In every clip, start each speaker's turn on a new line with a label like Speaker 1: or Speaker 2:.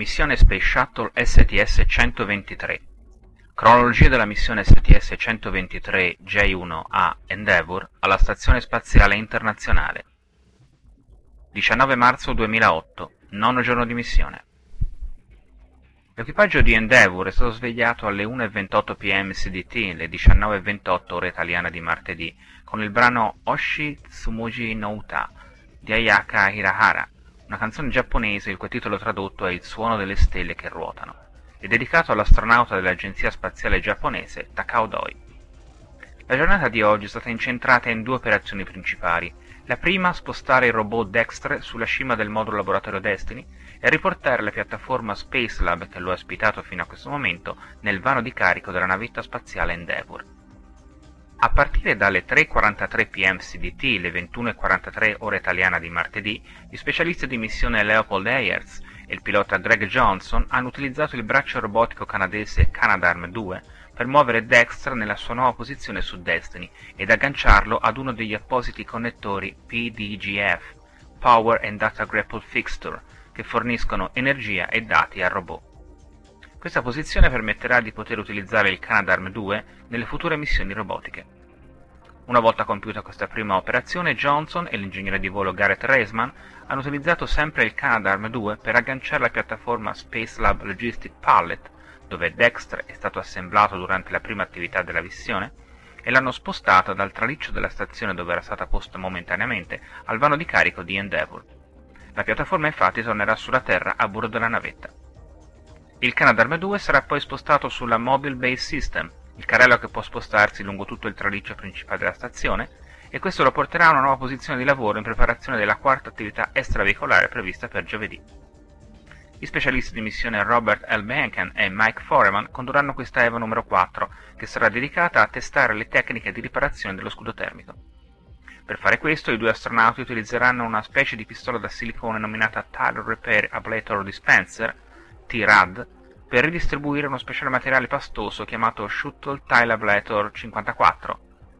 Speaker 1: Missione Space Shuttle STS-123. Cronologia della missione STS-123 J1A Endeavour alla Stazione Spaziale Internazionale. 19 marzo 2008, nono giorno di missione. L'equipaggio di Endeavour è stato svegliato alle 1:28 p.m. CDT, le 19:28 ora italiana di martedì, con il brano Oshi Tsumuji no Uta di Ayaka Hirahara, una canzone giapponese il cui titolo tradotto è Il suono delle stelle che ruotano, e dedicato all'astronauta dell'agenzia spaziale giapponese Takao Doi. La giornata di oggi è stata incentrata in due operazioni principali. La prima, spostare il robot Dextre sulla cima del modulo laboratorio Destiny e riportare la piattaforma Spacelab che lo ha ospitato fino a questo momento nel vano di carico della navetta spaziale Endeavour. A partire dalle 3:43 p.m. CDT, le 21:43 ora italiana di martedì, gli specialisti di missione Leopold Ayers e il pilota Greg Johnson hanno utilizzato il braccio robotico canadese Canadarm2 per muovere Dextre nella sua nuova posizione su Destiny ed agganciarlo ad uno degli appositi connettori PDGF, Power and Data Grapple Fixture, che forniscono energia e dati al robot. Questa posizione permetterà di poter utilizzare il Canadarm2 nelle future missioni robotiche. Una volta compiuta questa prima operazione, Johnson e l'ingegnere di volo Gareth Reisman hanno utilizzato sempre il Canadarm2 per agganciare la piattaforma Spacelab Logistic Pallet, dove Dextre è stato assemblato durante la prima attività della missione, e l'hanno spostata dal traliccio della stazione dove era stata posta momentaneamente al vano di carico di Endeavour. La piattaforma infatti tornerà sulla Terra a bordo della navetta. Il Canadarm2 sarà poi spostato sulla Mobile Base System, il carrello che può spostarsi lungo tutto il traliccio principale della stazione, e questo lo porterà a una nuova posizione di lavoro in preparazione della quarta attività extraveicolare prevista per giovedì. Gli specialisti di missione Robert L. Behnken e Mike Foreman condurranno questa EVA numero 4, che sarà dedicata a testare le tecniche di riparazione dello scudo termico. Per fare questo, i due astronauti utilizzeranno una specie di pistola da silicone nominata Tile Repair Ablator Dispenser, TRAD, per ridistribuire uno speciale materiale pastoso chiamato Shuttle Tile Ablator 54,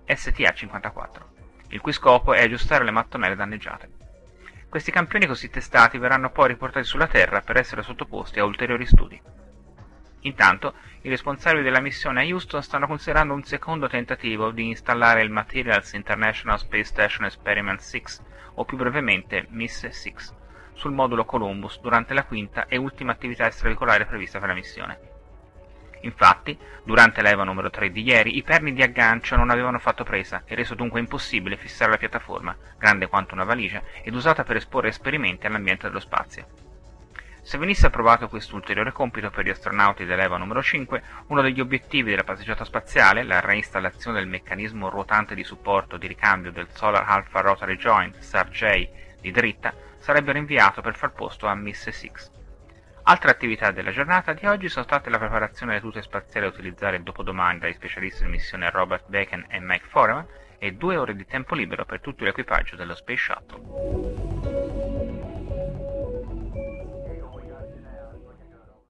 Speaker 1: STA-54, il cui scopo è aggiustare le mattonelle danneggiate. Questi campioni così testati verranno poi riportati sulla Terra per essere sottoposti a ulteriori studi. Intanto, i responsabili della missione a Houston stanno considerando un secondo tentativo di installare il Materials International Space Station Experiment 6, o più brevemente MISS-6, sul modulo Columbus durante la quinta e ultima attività extraveicolare prevista per la missione. Infatti, durante l'EVA numero 3 di ieri, i perni di aggancio non avevano fatto presa e reso dunque impossibile fissare la piattaforma, grande quanto una valigia, ed usata per esporre esperimenti all'ambiente dello spazio. Se venisse approvato questo ulteriore compito per gli astronauti dell'EVA numero 5, uno degli obiettivi della passeggiata spaziale, la reinstallazione del meccanismo ruotante di supporto di ricambio del Solar Alpha Rotary Joint SAR-J di dritta, sarebbe rinviato per far posto a MISS-6. Altre attività della giornata di oggi sono state la preparazione delle tute spaziali da utilizzare dopodomani dagli specialisti di missione Robert Behnken e Mike Foreman e 2 ore di tempo libero per tutto l'equipaggio dello Space Shuttle.